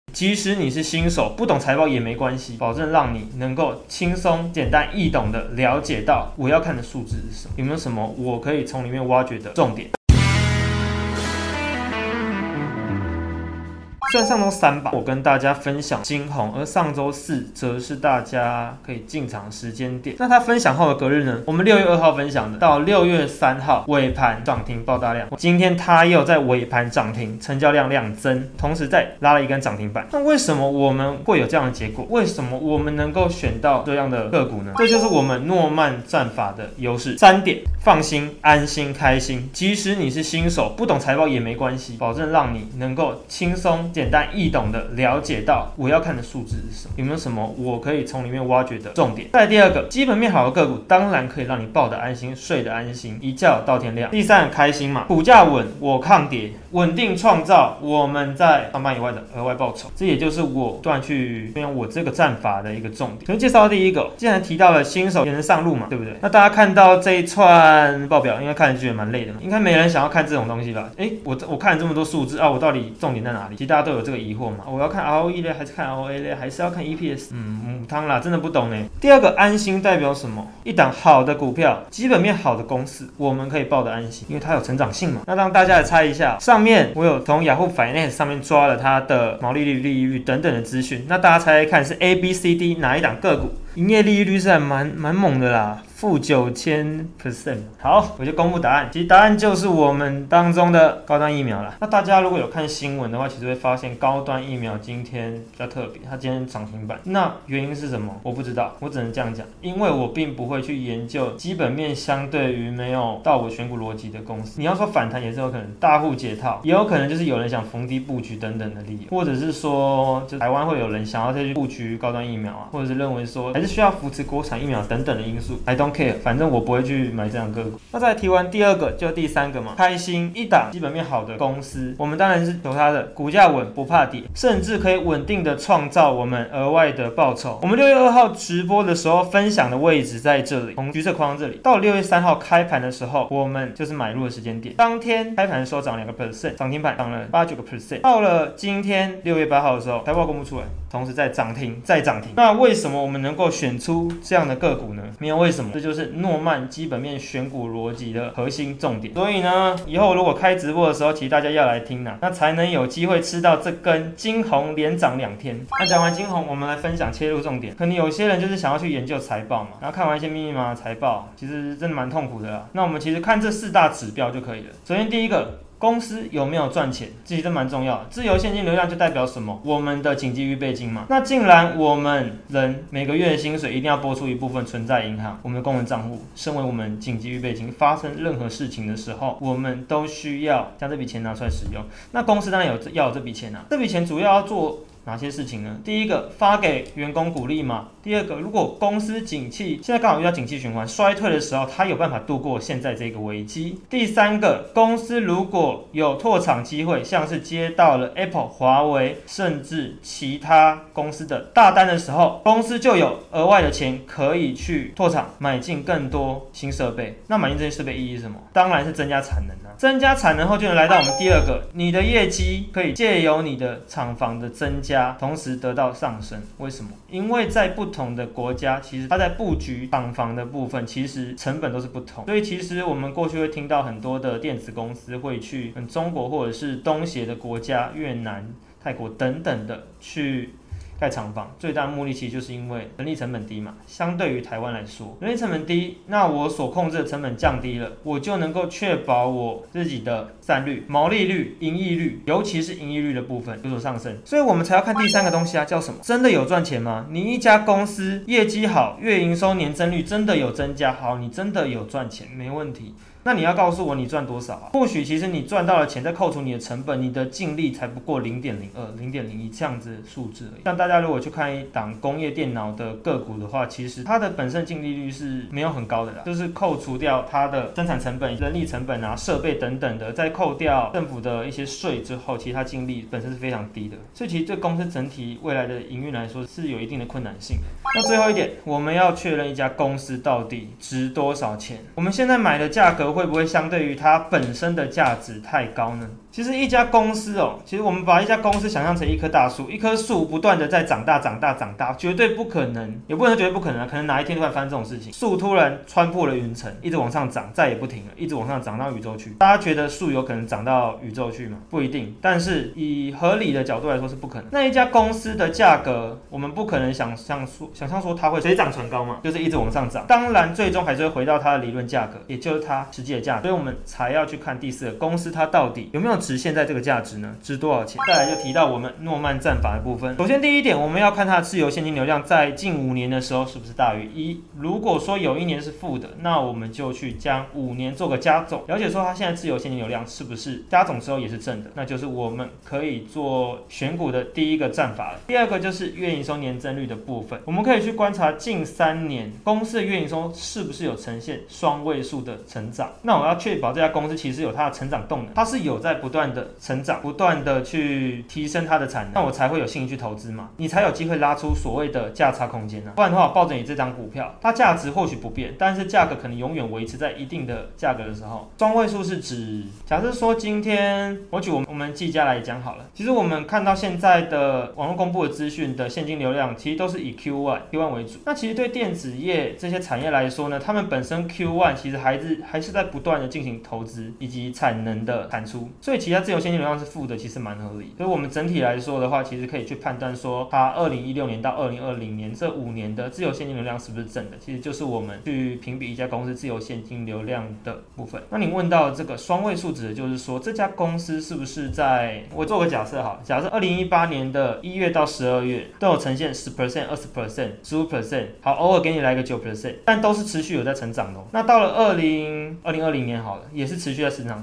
即使你是新手，不懂财报也没关系，保证让你能够轻松、简单、易懂的了解到我要看的数字是什么，有没有什么我可以从里面挖掘的重点。虽然上周三吧，我跟大家分享金红，而上周四则是大家可以进场时间点。那他分享后的隔日呢，我们6月2号分享的，到6月3号尾盘涨停爆大量，今天他又在尾盘涨停，成交量量增，同时再拉了一根涨停板。那为什么我们会有这样的结果？为什么我们能够选到这样的个股呢？这就是我们诺曼战法的优势。3点：放心、安心、开心。即使你是新手，不懂财报也没关系，保证让你能够轻松、简单易懂的了解到我要看的数字是什么，有没有什么我可以从里面挖掘的重点。再来第二个，基本面好的个股当然可以让你抱得安心，睡得安心，一觉到天亮。第三，开心嘛，股价稳，我抗跌，稳定创造我们在上班以外的额外报酬。这也就是我不断去分享我这个战法的一个重点。首先介绍第一个，既然提到了新手也能上路嘛，对不对？那大家看到这一串报表，应该看着觉得蛮累的嘛，应该没人想要看这种东西吧？我看了这么多数字啊，我到底重点在哪里？其实大家都有这个疑惑嘛，我要看 ROE 呢，还是看 ROA 呢，还是要看 EPS？ 母汤啦，真的不懂呢。第二个，安心代表什么？一档好的股票，基本面好的公司，我们可以抱得安心，因为它有成长性嘛。那让大家来猜一下，上面我有从 Yahoo Finance 上面抓了它的毛利率、利率等等的资讯，那大家猜猜看是 A、B、C、D 哪一档个股？营业利率是还蛮猛的啦，负9000%。好，我就公布答案。其实答案就是我们当中的高端疫苗啦。那大家如果有看新闻的话，其实会发现高端疫苗今天比较特别，它今天涨停板。那原因是什么？我不知道，我只能这样讲，因为我并不会去研究基本面相对于没有到我选股逻辑的公司。你要说反弹也是有可能，大户解套，也有可能就是有人想逢低布局等等的理由，或者是说，就台湾会有人想要再去布局高端疫苗啊，或者是认为说还是需要扶持国产疫苗等等的因素。I don't care， 反正我不会去买这样个股。那再提完第二个，就第三个嘛，开心一档基本面好的公司，我们当然是求它的股价稳，不怕跌，甚至可以稳定的创造我们额外的报酬。我们6月2号直播的时候分享的位置在这里，从橘色框这里到6月3号开盘的时候，我们就是买入的时间点。当天开盘的时候涨2%，涨停板涨了8-9%。到了今天6月8号的时候，财报公布出来，同时再涨停，再涨停。那为什么我们能够选出这样的个股呢？没有为什么，这就是诺曼基本面选股逻辑的核心重点。所以呢，以后如果开直播的时候，其实大家要来听那才能有机会吃到这根金红连涨2天。那讲完金红，我们来分享切入重点。可能有些人就是想要去研究财报嘛，然后看完一些密密麻麻的财报，其实真的蛮痛苦的啦。那我们其实看这4大指标就可以了。首先第一个，公司有没有赚钱，这其实蛮重要的。自由现金流量就代表什么？我们的紧急预备金嘛。那既然我们人每个月的薪水一定要拨出一部分存在银行，我们的公文账户，身为我们紧急预备金，发生任何事情的时候，我们都需要将这笔钱拿出来使用。那公司当然要有这笔钱啊，这笔钱主要要做哪些事情呢？第一个，发给员工鼓励嘛。第二个，如果公司景气现在刚好遇到景气循环衰退的时候，它有办法度过现在这个危机。第三个，公司如果有拓厂机会，像是接到了 Apple、华为甚至其他公司的大单的时候，公司就有额外的钱可以去拓厂，买进更多新设备。那买进这些设备意义是什么？当然是增加产能啊。增加产能后就能来到我们第二个，你的业绩可以借由你的厂房的增加，同时得到上升。为什么？因为在不同的国家，其实它在布局厂房的部分，其实成本都是不同。所以其实我们过去会听到很多的电子公司会去中国或者是东协的国家，越南、泰国等等的去盖厂房，最大的目的其实就是因为人力成本低嘛。相对于台湾来说，人力成本低，那我所控制的成本降低了，我就能够确保我自己的散率、毛利率、盈利率，尤其是盈利率的部分有所上升。所以我们才要看第三个东西啊，叫什么？真的有赚钱吗？你一家公司业绩好，月营收年增率真的有增加，好，你真的有赚钱，没问题。那你要告诉我你赚多少啊？或许其实你赚到了钱，再扣除你的成本，你的净利才不过 0.02、0.01这样子的数字而已。像大家如果去看一档工业电脑的个股的话，其实它的本身净利率是没有很高的啦，就是扣除掉它的生产成本、人力成本啊、设备等等的，再扣掉政府的一些税之后，其实它净利本身是非常低的。所以其实对公司整体未来的营运来说是有一定的困难性的。那最后一点，我们要确认一家公司到底值多少钱。我们现在买的价格格会不会相对于它本身的价值太高呢？其实一家公司其实我们把一家公司想象成一棵大树，一棵树不断的在长大，绝对不可能，也不能绝对不可能可能哪一天突然发生这种事情，树突然穿破了云层，一直往上涨，再也不停了，一直往上涨到宇宙去。大家觉得树有可能涨到宇宙去吗？不一定，但是以合理的角度来说是不可能。那一家公司的价格，我们不可能想象说它会水涨船高嘛，就是一直往上涨。当然，最终还是会回到它的理论价格，也就是它实际的价格。所以我们才要去看第四个公司它到底有没有值现在这个价值呢？值多少钱？再来就提到我们诺曼战法的部分。首先第一点，我们要看它的自由现金流量在近5年的时候是不是大于1。如果说有1年是负的，那我们就去将5年做个加总，了解说它现在自由现金流量是不是加总之后也是正的，那就是我们可以做选股的第一个战法了。第二个就是月营收年增率的部分，我们可以去观察近3年公司的月营收是不是有呈现双位数的成长。那我要确保这家公司其实有它的成长动能，它是有在不断的成长，不断的去提升它的产能，那我才会有兴趣去投资嘛，你才有机会拉出所谓的价差空间啊。不然的话，抱着你这张股票，它价值或许不变，但是价格可能永远维持在一定的价格的时候，双位数是指，假设说今天我举我们技嘉来讲好了，其实我们看到现在的网络公布的资讯的现金流量，其实都是以 Q1 为主。那其实对电子业这些产业来说呢，他们本身 Q1 其实还是在不断的进行投资以及产能的产出，所以其他自由现金流量是负的，其实蛮合理。所以我们整体来说的话，其实可以去判断说，它2016年到2020年这5年的自由现金流量是不是正的，其实就是我们去评比一家公司自由现金流量的部分。那你问到这个双位数指的就是说，这家公司是不是在，我做个假设好，假设2018年的1月到12月都有呈现 10%、20%、15%，好，偶尔给你来个 9%， 但都是持续有在成长的。那到了2020年好了，也是持续在成长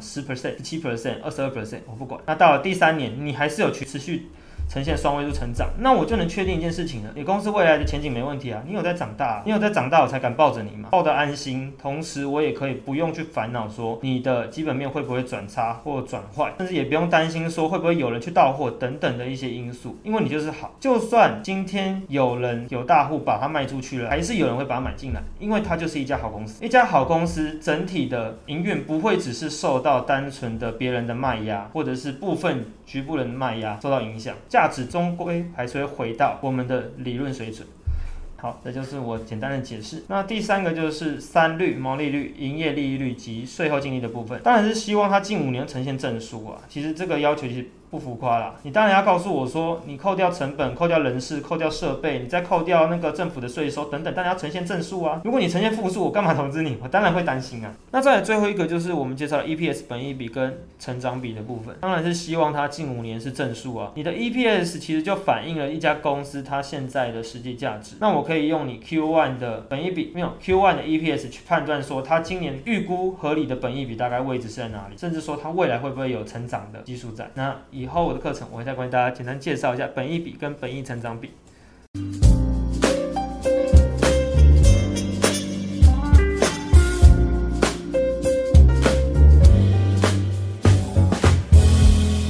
10%、17%、22%，我不管。那到了第3年，你还是有持续呈现双位数成长，那我就能确定一件事情了，你公司未来的前景没问题啊，你有在长大，我才敢抱着你嘛，抱得安心，同时我也可以不用去烦恼说你的基本面会不会转差或转坏，甚至也不用担心说会不会有人去盗货等等的一些因素，因为你就是好，就算今天有大户把它卖出去了，还是有人会把它买进来，因为它就是一家好公司。一家好公司整体的营运不会只是受到单纯的别人的卖压，或者是部分局部人的卖压受到影响，价值终归还是会回到我们的理论水准。好，这就是我简单的解释。那第3个就是3率、毛利率、营业利率及税后净利的部分，当然是希望它近5年呈现正数啊。其实这个要求其实不浮夸啦，你当然要告诉我说，你扣掉成本、扣掉人事、扣掉设备，你再扣掉那个政府的税收等等，当然要呈现正数啊。如果你呈现负数，我干嘛投资你？我当然会担心啊。那再来最后一个就是我们介绍的 EPS 本益比跟成长比的部分，当然是希望它近5年是正数啊。你的 EPS 其实就反映了一家公司它现在的实际价值。那我可以用你 Q1 的本益比，没有 Q1 的 EPS 去判断说它今年预估合理的本益比大概位置是在哪里，甚至说它未来会不会有成长的基数在。那以后我的课程我会再跟大家简单介绍一下本益比跟本益成长比。